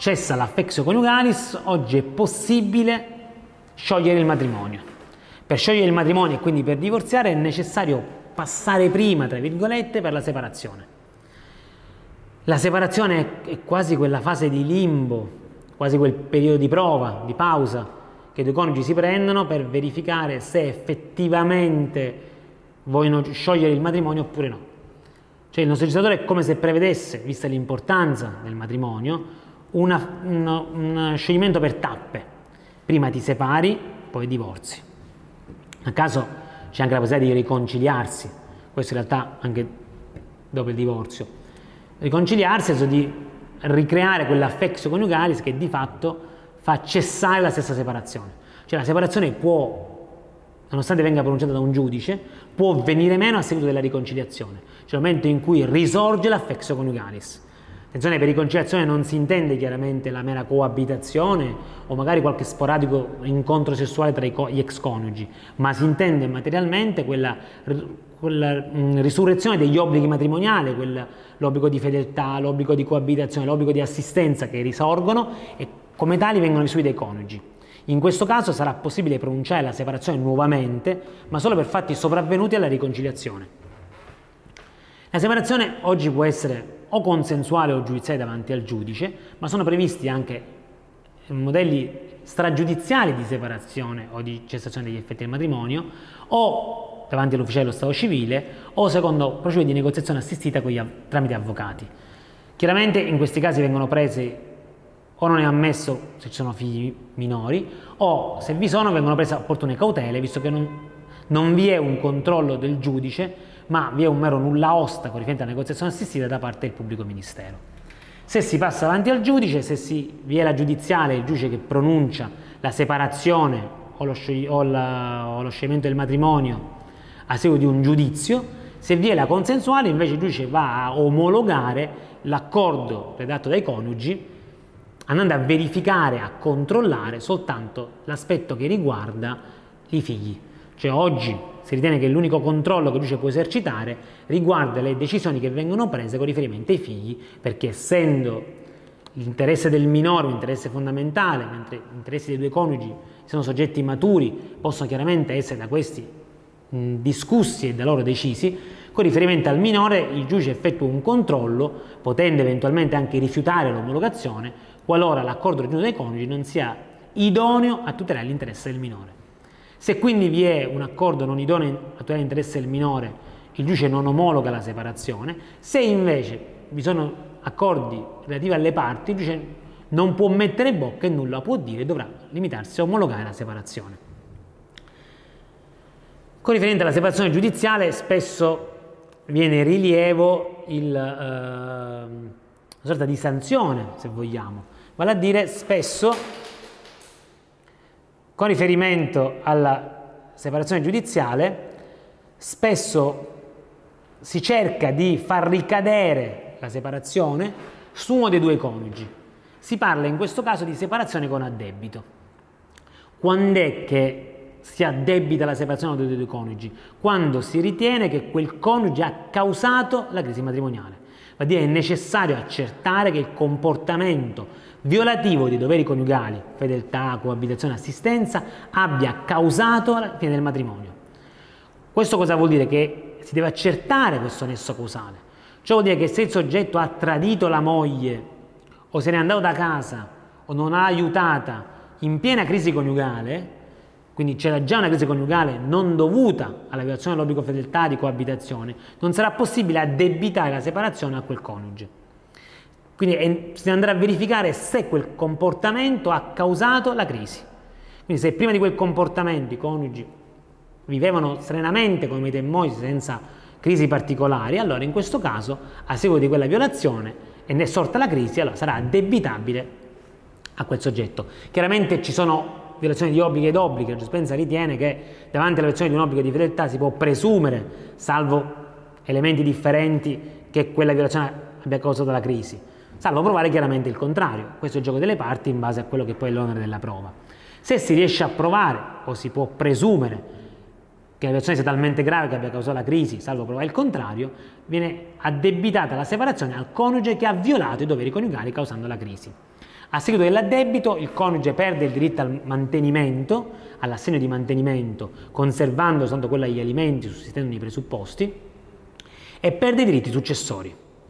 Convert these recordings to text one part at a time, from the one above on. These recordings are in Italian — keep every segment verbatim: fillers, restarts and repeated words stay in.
cessa l'affectio coniugalis, oggi è possibile sciogliere il matrimonio. Per sciogliere il matrimonio e quindi per divorziare è necessario passare prima, tra virgolette, per la separazione. La separazione è quasi quella fase di limbo, quasi quel periodo di prova, di pausa, che i due coniugi si prendono per verificare se effettivamente vogliono sciogliere il matrimonio oppure no. Cioè il nostro legislatore è come se prevedesse, vista l'importanza del matrimonio, una, una, un scioglimento per tappe. Prima ti separi, poi divorzi. A caso c'è anche la possibilità di riconciliarsi, questo in realtà anche dopo il divorzio. Riconciliarsi è di ricreare quell'affectio coniugalis che di fatto fa cessare la stessa separazione. Cioè la separazione può, nonostante venga pronunciata da un giudice, può venire meno a seguito della riconciliazione, cioè il momento in cui risorge l'affectio coniugalis. Attenzione, per riconciliazione non si intende chiaramente la mera coabitazione o magari qualche sporadico incontro sessuale tra gli ex coniugi, ma si intende materialmente quella, quella mh, risurrezione degli obblighi matrimoniali, l'obbligo di fedeltà, l'obbligo di coabitazione, l'obbligo di assistenza che risorgono e come tali vengono vissuti dai coniugi. In questo caso sarà possibile pronunciare la separazione nuovamente, ma solo per fatti sopravvenuti alla riconciliazione. La separazione oggi può essere o consensuale o giudiziale davanti al giudice, ma sono previsti anche modelli stragiudiziali di separazione o di cessazione degli effetti del matrimonio, o davanti all'ufficiale dello Stato civile, o secondo procedure di negoziazione assistita con gli, tramite avvocati. Chiaramente in questi casi vengono presi, o non è ammesso se ci sono figli minori, o se vi sono vengono prese opportune cautele, visto che non, non vi è un controllo del giudice, ma vi è un mero nulla osta con riferimento alla negoziazione assistita da parte del pubblico ministero. Se si passa davanti al giudice, se si, vi è la giudiziale, il giudice che pronuncia la separazione o lo, o la, o lo scioglimento del matrimonio a seguito di un giudizio, se vi è la consensuale invece il giudice va a omologare l'accordo redatto dai coniugi, andando a verificare, a controllare soltanto l'aspetto che riguarda i figli. Cioè oggi si ritiene che l'unico controllo che il giudice può esercitare riguarda le decisioni che vengono prese con riferimento ai figli, perché essendo l'interesse del minore un interesse fondamentale, mentre gli interessi dei due coniugi sono soggetti maturi, possono chiaramente essere da questi mh, discussi e da loro decisi, con riferimento al minore il giudice effettua un controllo, potendo eventualmente anche rifiutare l'omologazione, qualora l'accordo raggiunto dai coniugi non sia idoneo a tutelare l'interesse del minore. Se quindi vi è un accordo non idoneo a tutelare l'interesse del minore, il giudice non omologa la separazione. Se invece vi sono accordi relativi alle parti, il giudice non può mettere bocca e nulla può dire, dovrà limitarsi a omologare la separazione. Con riferimento alla separazione giudiziale, spesso viene in rilievo il, eh, una sorta di sanzione, se vogliamo, vale a dire spesso con riferimento alla separazione giudiziale, spesso si cerca di far ricadere la separazione su uno dei due coniugi. Si parla in questo caso di separazione con addebito. Quando è che si addebita la separazione dei due coniugi? Quando si ritiene che quel coniuge ha causato la crisi matrimoniale. Vale a dire, è necessario accertare che il comportamento violativo dei doveri coniugali, fedeltà, coabitazione, assistenza, abbia causato la fine del matrimonio. Questo cosa vuol dire? Che si deve accertare questo nesso causale. Ciò vuol dire che se il soggetto ha tradito la moglie, o se n'è andato da casa, o non l'ha aiutata in piena crisi coniugale, quindi c'era già una crisi coniugale non dovuta alla violazione dell'obbligo fedeltà di coabitazione, non sarà possibile addebitare la separazione a quel coniuge. Quindi è, si andrà a verificare se quel comportamento ha causato la crisi. Quindi se prima di quel comportamento i coniugi vivevano serenamente come marito e moglie senza crisi particolari, allora in questo caso, a seguito di quella violazione e ne è sorta la crisi, allora sarà addebitabile a quel soggetto. Chiaramente ci sono violazioni di obblighi ed obblighi, la giurisprudenza ritiene che davanti alla violazione di un obbligo di fedeltà si può presumere, salvo elementi differenti, che quella violazione abbia causato la crisi, salvo provare chiaramente il contrario. Questo è il gioco delle parti in base a quello che poi è l'onere della prova. Se si riesce a provare o si può presumere che la violazione sia talmente grave che abbia causato la crisi, salvo provare il contrario, viene addebitata la separazione al coniuge che ha violato i doveri coniugali causando la crisi. A seguito dell'addebito il coniuge perde il diritto al mantenimento, all'assegno di mantenimento, conservando soltanto quello agli alimenti sussistendo i presupposti, e perde i diritti successori.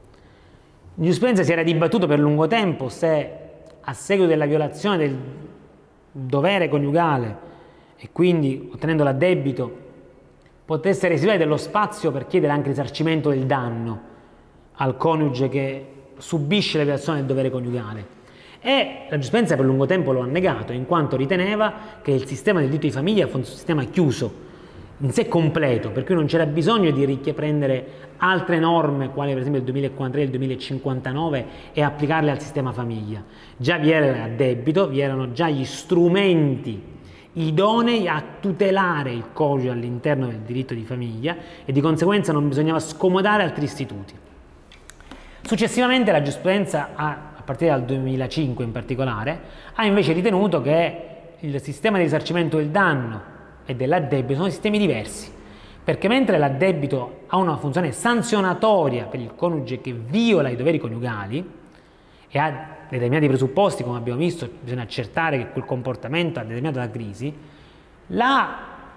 In giurisprudenza si era dibattuto per lungo tempo se a seguito della violazione del dovere coniugale e quindi ottenendo l'addebito potesse residuare dello spazio per chiedere anche risarcimento del danno al coniuge che subisce la violazione del dovere coniugale. E la giurisprudenza per lungo tempo lo ha negato, in quanto riteneva che il sistema del diritto di famiglia fosse un sistema chiuso, in sé completo, per cui non c'era bisogno di riprendere altre norme, quali per esempio il duemilaquarantatré e il duemilacinquantanove, e applicarle al sistema famiglia. Già vi era l'addebito, vi erano già gli strumenti idonei a tutelare il coniuge all'interno del diritto di famiglia e di conseguenza non bisognava scomodare altri istituti. Successivamente la giurisprudenza ha, a partire dal duemilacinque in particolare, ha invece ritenuto che il sistema di risarcimento del danno e dell'addebito sono sistemi diversi, perché mentre l'addebito ha una funzione sanzionatoria per il coniuge che viola i doveri coniugali e ha determinati presupposti, come abbiamo visto, bisogna accertare che quel comportamento ha determinato la crisi, la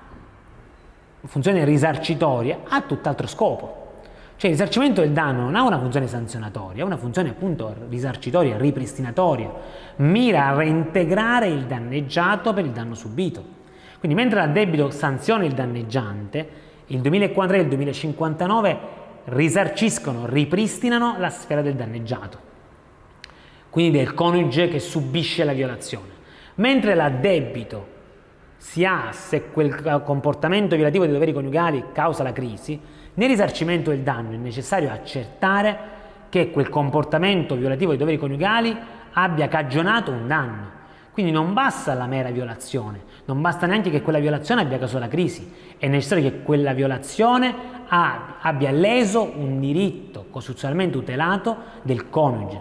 funzione risarcitoria ha tutt'altro scopo. Cioè il risarcimento del danno non ha una funzione sanzionatoria, ha una funzione appunto risarcitoria, ripristinatoria, mira a reintegrare il danneggiato per il danno subito. Quindi mentre l'addebito sanziona il danneggiante, il duemilaquarantatré e il duemilacinquantanove risarciscono, ripristinano la sfera del danneggiato, quindi del coniuge che subisce la violazione. Mentre l'addebito si ha se quel comportamento violativo dei doveri coniugali causa la crisi, nel risarcimento del danno è necessario accertare che quel comportamento violativo dei doveri coniugali abbia cagionato un danno. Quindi non basta la mera violazione, non basta neanche che quella violazione abbia causato la crisi, è necessario che quella violazione abbia leso un diritto costituzionalmente tutelato del coniuge.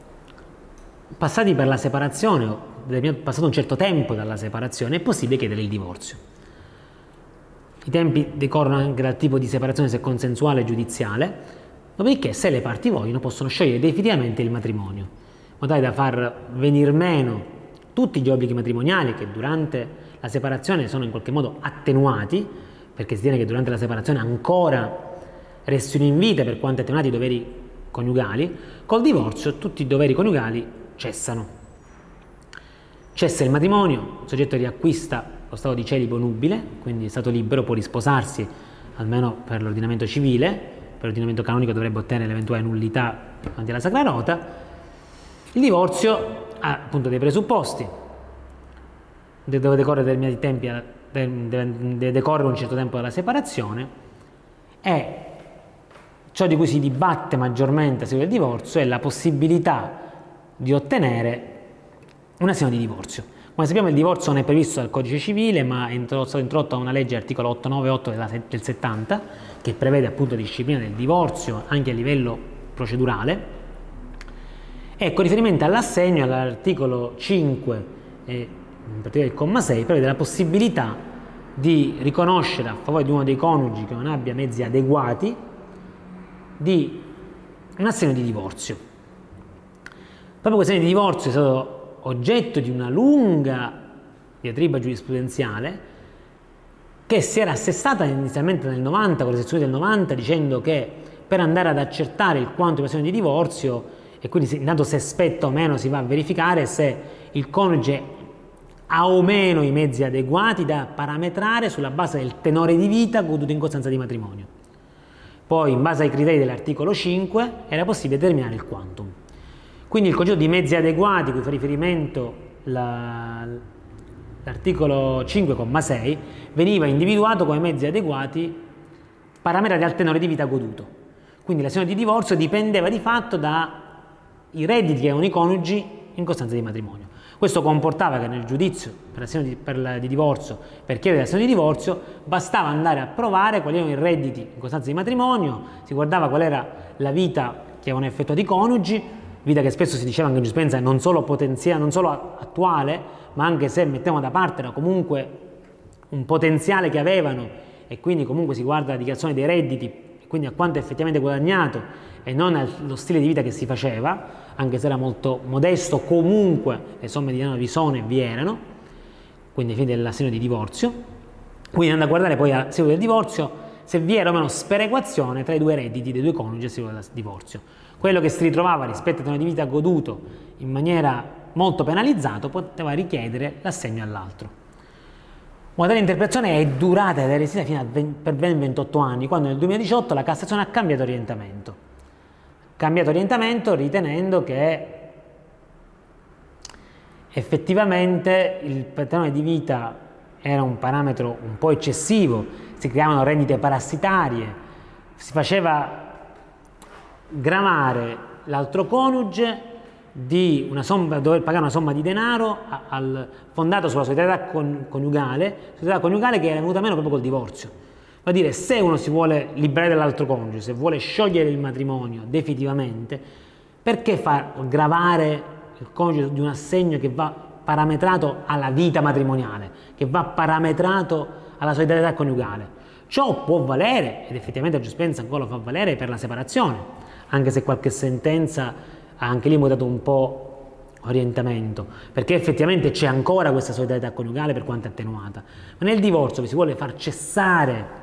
Passati per la separazione, o passato un certo tempo dalla separazione, è possibile chiedere il divorzio. I tempi decorrono anche dal tipo di separazione, se consensuale o giudiziale, dopodiché se le parti vogliono possono sciogliere definitivamente il matrimonio, in modo tale da far venir meno tutti gli obblighi matrimoniali che durante la separazione sono in qualche modo attenuati, perché si tiene che durante la separazione ancora restino in vita per quanto attenuati i doveri coniugali. Col divorzio tutti i doveri coniugali cessano. Cessa il matrimonio, il soggetto riacquista lo stato di celibo nubile, quindi stato libero, può risposarsi almeno per l'ordinamento civile, per l'ordinamento canonico dovrebbe ottenere l'eventuale nullità davanti alla Sacra Rota. Il divorzio ha appunto dei presupposti, deve decorrere determinati tempi, deve decorrere un certo tempo dalla separazione, e ciò di cui si dibatte maggiormente a seguito del divorzio è la possibilità di ottenere un assegno di divorzio. Come sappiamo il divorzio non è previsto dal Codice Civile, ma è stato introdotto da una legge, articolo ottocentonovantaotto del settanta, che prevede appunto disciplina del divorzio anche a livello procedurale. E con riferimento all'assegno, all'articolo cinque, e in particolare il comma sei, prevede la possibilità di riconoscere a favore di uno dei coniugi che non abbia mezzi adeguati di un assegno di divorzio. Proprio questo assegno di divorzio è stato oggetto di una lunga diatriba giurisprudenziale che si era assestata inizialmente nel novanta, con le sezioni del novanta, dicendo che per andare ad accertare il quanto di assegno di divorzio, e quindi intanto se spetta o meno si va a verificare se il coniuge ha o meno i mezzi adeguati da parametrare sulla base del tenore di vita goduto in costanza di matrimonio. Poi, in base ai criteri dell'articolo cinque, era possibile determinare il quantum. Quindi il concetto di mezzi adeguati, cui fa riferimento l'articolo cinque comma sei, veniva individuato come mezzi adeguati parametrati al tenore di vita goduto. Quindi l'assegno di divorzio dipendeva di fatto dai redditi che avevano i coniugi in costanza di matrimonio. Questo comportava che nel giudizio per l'assegno di, per la, di divorzio, per chiedere l'assegno di divorzio, bastava andare a provare quali erano i redditi in costanza di matrimonio, si guardava qual era la vita che avevano effettuato i coniugi, vita che spesso si diceva anche in giurisprudenza non solo potenziale, non solo attuale, ma anche se mettiamo da parte era comunque un potenziale che avevano, e quindi comunque si guarda la dichiarazione dei redditi quindi a quanto effettivamente guadagnato e non allo stile di vita che si faceva, anche se era molto modesto, comunque le somme di denaro vi sono e vi erano, quindi ai fini dell'assegno di divorzio. Quindi andando a guardare poi a seguito del divorzio se vi era o meno sperequazione tra i due redditi dei due coniugi a seguito del divorzio. Quello che si ritrovava rispetto al tenore di vita goduto in maniera molto penalizzato poteva richiedere l'assegno all'altro. Una tale interpretazione è durata ed è resistita fino a venti, per ben ventotto anni, quando nel duemiladiciotto la Cassazione ha cambiato orientamento. Ha cambiato orientamento ritenendo che effettivamente il tenore di vita era un parametro un po' eccessivo, si creavano rendite parassitarie, si faceva gravare l'altro coniuge di una somma, dover pagare una somma di denaro al, fondato sulla solidarietà con, coniugale, solidarietà coniugale che era venuta meno proprio col divorzio. Vuol dire, se uno si vuole liberare dall'altro coniuge, se vuole sciogliere il matrimonio definitivamente, perché far gravare il coniuge di un assegno che va parametrato alla vita matrimoniale, che va parametrato alla solidarietà coniugale? Ciò può valere, ed effettivamente la giurisprudenza ancora lo fa valere, per la separazione, anche se qualche sentenza ha anche lì mutato un po' orientamento, perché effettivamente c'è ancora questa solidarietà coniugale per quanto attenuata, ma nel divorzio che si vuole far cessare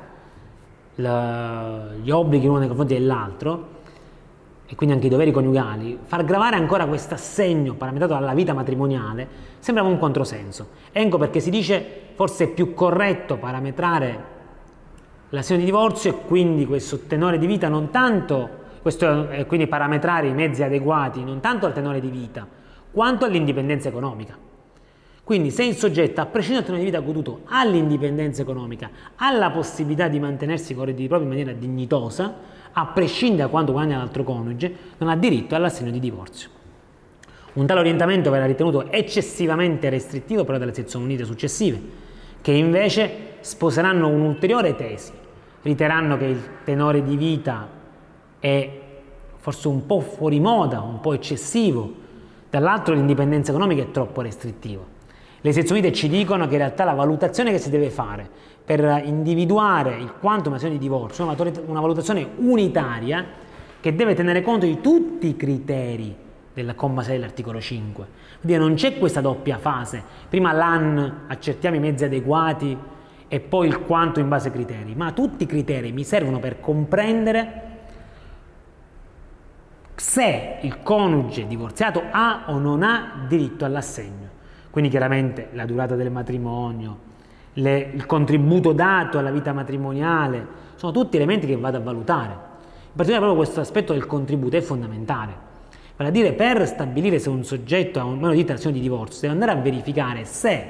la, gli obblighi l'uno nei confronti dell'altro e quindi anche i doveri coniugali, far gravare ancora questo assegno parametrato alla vita matrimoniale sembra un controsenso. Ecco perché si dice forse è più corretto parametrare l'assegno di divorzio e quindi questo tenore di vita non tanto Questo, eh, quindi parametrare i mezzi adeguati non tanto al tenore di vita quanto all'indipendenza economica. Quindi se il soggetto, a prescindere dal tenore di vita goduto, ha l'indipendenza economica, ha la possibilità di mantenersi con i redditi propri in maniera dignitosa, a prescindere da quanto guadagna l'altro coniuge, non ha diritto all'assegno di divorzio. Un tale orientamento verrà ritenuto eccessivamente restrittivo però dalle sezioni unite successive, che invece sposeranno un'ulteriore tesi, riteranno che il tenore di vita è forse un po' fuori moda, un po' eccessivo, dall'altro l'indipendenza economica è troppo restrittiva. Le sezioni unite ci dicono che in realtà la valutazione che si deve fare per individuare il quantum azione di divorzio è una valutazione unitaria che deve tenere conto di tutti i criteri del comma sei dell'articolo cinque. Quindi non c'è questa doppia fase, prima l'A N accertiamo i mezzi adeguati e poi il quanto in base ai criteri, ma tutti i criteri mi servono per comprendere se il coniuge divorziato ha o non ha diritto all'assegno. Quindi chiaramente la durata del matrimonio, le, il contributo dato alla vita matrimoniale, sono tutti elementi che vado a valutare. In particolare proprio questo aspetto del contributo è fondamentale. Vale a dire, per stabilire se un soggetto ha o meno diritto all'assegno di divorzio, deve andare a verificare se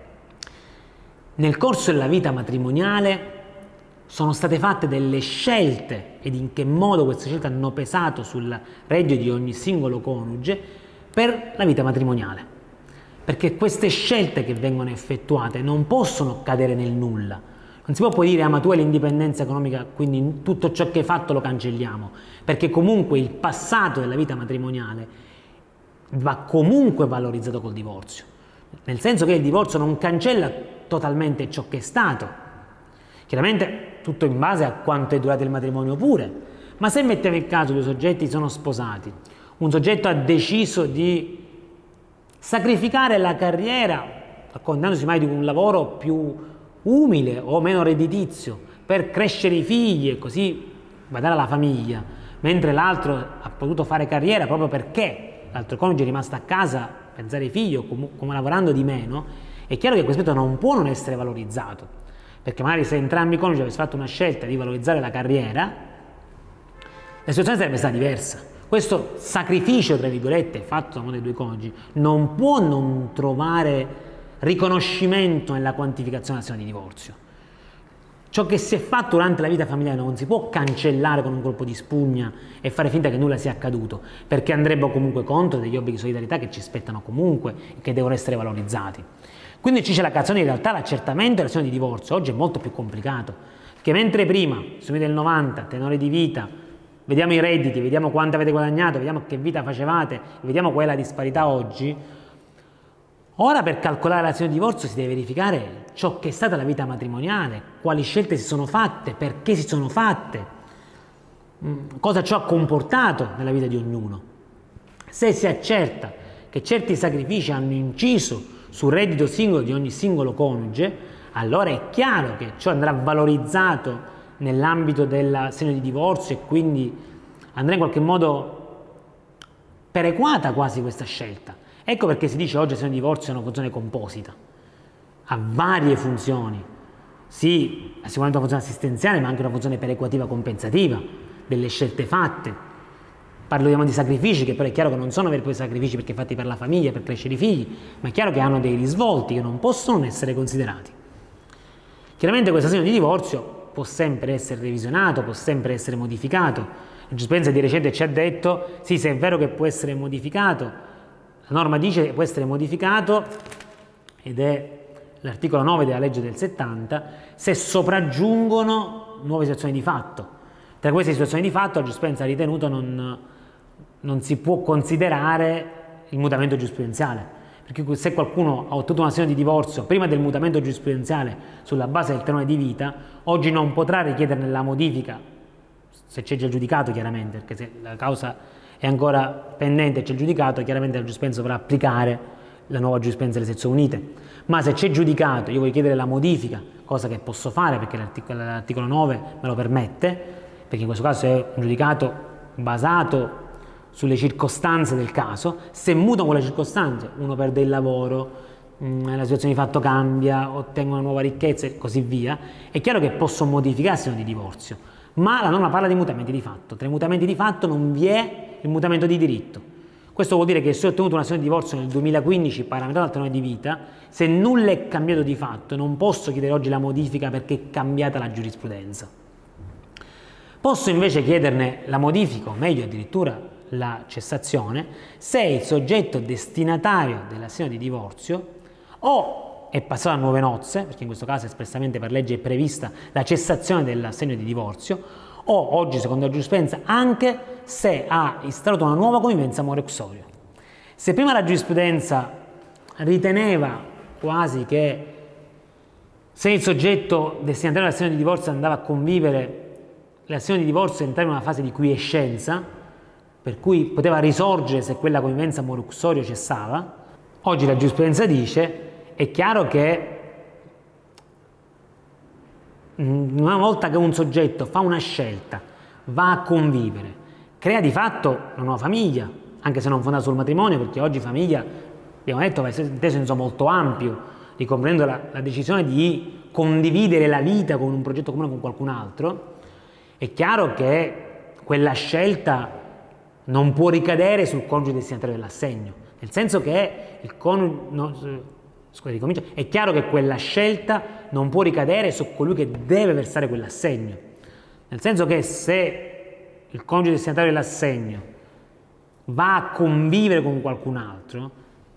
nel corso della vita matrimoniale sono state fatte delle scelte ed in che modo queste scelte hanno pesato sul reddito di ogni singolo coniuge per la vita matrimoniale, perché queste scelte che vengono effettuate non possono cadere nel nulla. Non si può poi dire ah ma tu hai l'indipendenza economica quindi tutto ciò che hai fatto lo cancelliamo, perché comunque il passato della vita matrimoniale va comunque valorizzato col divorzio, nel senso che il divorzio non cancella totalmente ciò che è stato. Chiaramente tutto in base a quanto è durato il matrimonio pure, ma se mettiamo il caso due soggetti sono sposati, un soggetto ha deciso di sacrificare la carriera, accontentandosi mai di un lavoro più umile o meno redditizio, per crescere i figli e così badare alla famiglia, mentre l'altro ha potuto fare carriera proprio perché l'altro coniuge è rimasto a casa a pensare ai figli o come, come lavorando di meno, è chiaro che questo aspetto non può non essere valorizzato. Perché magari se entrambi i coniugi avessero fatto una scelta di valorizzare la carriera, la situazione sarebbe stata diversa. Questo sacrificio, tra virgolette, fatto da uno dei due coniugi, non può non trovare riconoscimento nella quantificazione dell'azione di divorzio. Ciò che si è fatto durante la vita familiare non si può cancellare con un colpo di spugna e fare finta che nulla sia accaduto, perché andrebbe comunque contro degli obblighi di solidarietà che ci spettano comunque e che devono essere valorizzati. Quindi ci c'è la cazzone, in realtà l'accertamento dell'azione di divorzio oggi è molto più complicato, perché mentre prima, sui del novanta, tenore di vita, vediamo i redditi, vediamo quanto avete guadagnato, vediamo che vita facevate, vediamo qual è la disparità oggi, ora per calcolare l'azione di divorzio si deve verificare ciò che è stata la vita matrimoniale, quali scelte si sono fatte, perché si sono fatte, cosa ciò ha comportato nella vita di ognuno. Se si accerta che certi sacrifici hanno inciso sul reddito singolo di ogni singolo coniuge, allora è chiaro che ciò andrà valorizzato nell'ambito dell'assegno di divorzio e quindi andrà in qualche modo perequata quasi questa scelta. Ecco perché si dice oggi l'assegno di divorzio è una funzione composita, ha varie funzioni, sì, ha sicuramente una funzione assistenziale ma anche una funzione perequativa compensativa delle scelte fatte. Parliamo di sacrifici che però è chiaro che non sono veri e propri sacrifici perché fatti per la famiglia, per crescere i figli, ma è chiaro che hanno dei risvolti che non possono essere considerati. Chiaramente questo assegno di divorzio può sempre essere revisionato, può sempre essere modificato. La giurisprudenza di recente ci ha detto, sì, se è vero che può essere modificato, la norma dice che può essere modificato, ed è l'articolo nove della legge del settanta, se sopraggiungono nuove situazioni di fatto. Tra queste situazioni di fatto la giurisprudenza ha ritenuto non, non si può considerare il mutamento giurisprudenziale, perché se qualcuno ha ottenuto un assegno di divorzio prima del mutamento giurisprudenziale sulla base del tenore di vita, oggi non potrà richiederne la modifica, se c'è già giudicato chiaramente, perché se la causa è ancora pendente e c'è il giudicato, chiaramente la giurisprudenza dovrà applicare la nuova giurisprudenza delle sezioni unite. Ma se c'è giudicato, io voglio chiedere la modifica, cosa che posso fare perché l'articolo nove me lo permette, perché in questo caso è un giudicato basato sulle circostanze del caso, se mutano quelle circostanze, uno perde il lavoro, la situazione di fatto cambia, ottengo una nuova ricchezza e così via, è chiaro che posso modificare il segno di divorzio, ma la norma parla di mutamenti di fatto. Tra i mutamenti di fatto non vi è il mutamento di diritto. Questo vuol dire che se ho ottenuto una assegno di divorzio nel duemilaquindici parametrato al tenore di vita, se nulla è cambiato di fatto, non posso chiedere oggi la modifica perché è cambiata la giurisprudenza. Posso invece chiederne la modifica, o meglio addirittura la cessazione, se il soggetto destinatario dell'assegno di divorzio o è passato a nuove nozze, perché in questo caso espressamente per legge è prevista la cessazione dell'assegno di divorzio, o oggi secondo la giurisprudenza anche se ha instaurato una nuova convivenza amore uxorio. Se prima la giurisprudenza riteneva quasi che se il soggetto destinatario dell'assegno di divorzio andava a convivere, l'assegno di divorzio entrava in una fase di quiescenza, per cui poteva risorgere se quella convivenza amore uxorio cessava, oggi la giurisprudenza dice è chiaro che una volta che un soggetto fa una scelta, va a convivere, crea di fatto una nuova famiglia, anche se non fondata sul matrimonio, perché oggi famiglia, abbiamo detto, va inteso in senso molto ampio, ricomprendendo la, la decisione di condividere la vita con un progetto comune con qualcun altro, è chiaro che quella scelta non può ricadere sul coniuge destinatario dell'assegno, nel senso che il coniuge... No, Scusa, ricomincio. È chiaro che quella scelta non può ricadere su colui che deve versare quell'assegno, nel senso che se il coniuge destinatario dell'assegno va a convivere con qualcun altro,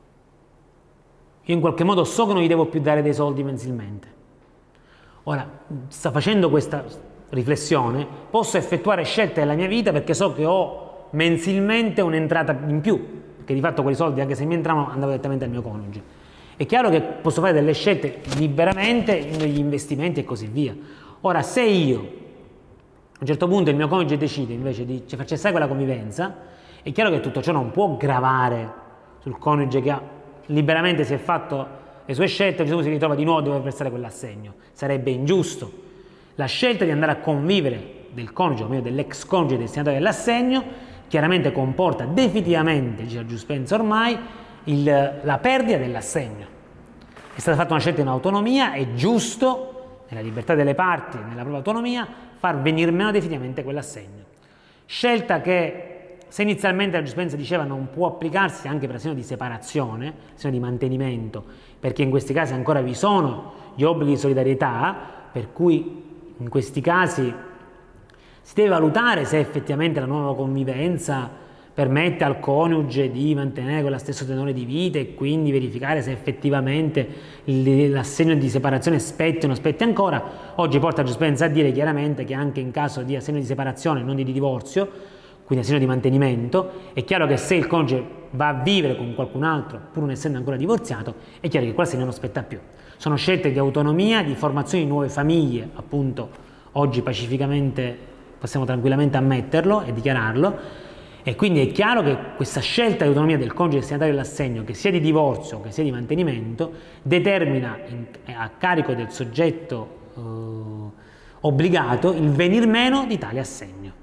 io in qualche modo so che non gli devo più dare dei soldi mensilmente. Ora, sta facendo questa riflessione, posso effettuare scelte nella mia vita perché so che ho mensilmente un'entrata in più, perché di fatto quei soldi, anche se mi entravano, andavano direttamente al mio coniuge. È chiaro che posso fare delle scelte liberamente negli investimenti e così via. Ora, se io a un certo punto il mio coniuge decide invece di far cessare quella convivenza, è chiaro che tutto ciò non può gravare sul coniuge che ha, liberamente si è fatto le sue scelte, e si ritrova di nuovo a dover versare quell'assegno. Sarebbe ingiusto. La scelta di andare a convivere del coniuge, o meglio dell'ex coniuge destinatario dell'assegno, chiaramente comporta definitivamente, dice la giurisprudenza ormai, Il, la perdita dell'assegno. È stata fatta una scelta in autonomia, è giusto, nella libertà delle parti e nella propria autonomia, far venire meno definitivamente quell'assegno. Scelta che, se inizialmente la giurisprudenza diceva non può applicarsi anche per l'assegno di separazione, l'assegno di mantenimento, perché in questi casi ancora vi sono gli obblighi di solidarietà, per cui in questi casi si deve valutare se effettivamente la nuova convivenza permette al coniuge di mantenere quello stesso tenore di vita e quindi verificare se effettivamente l'assegno di separazione spetti o non spetti ancora. Oggi porta la giurisprudenza a dire chiaramente che anche in caso di assegno di separazione, non di divorzio, quindi assegno di mantenimento, è chiaro che se il coniuge va a vivere con qualcun altro, pur non essendo ancora divorziato, è chiaro che quell'assegno non spetta più. Sono scelte di autonomia, di formazione di nuove famiglie, appunto, oggi pacificamente possiamo tranquillamente ammetterlo e dichiararlo, e quindi è chiaro che questa scelta di autonomia del coniuge destinatario dell'assegno, che sia di divorzio che sia di mantenimento, determina in, a carico del soggetto eh, obbligato il venir meno di tale assegno.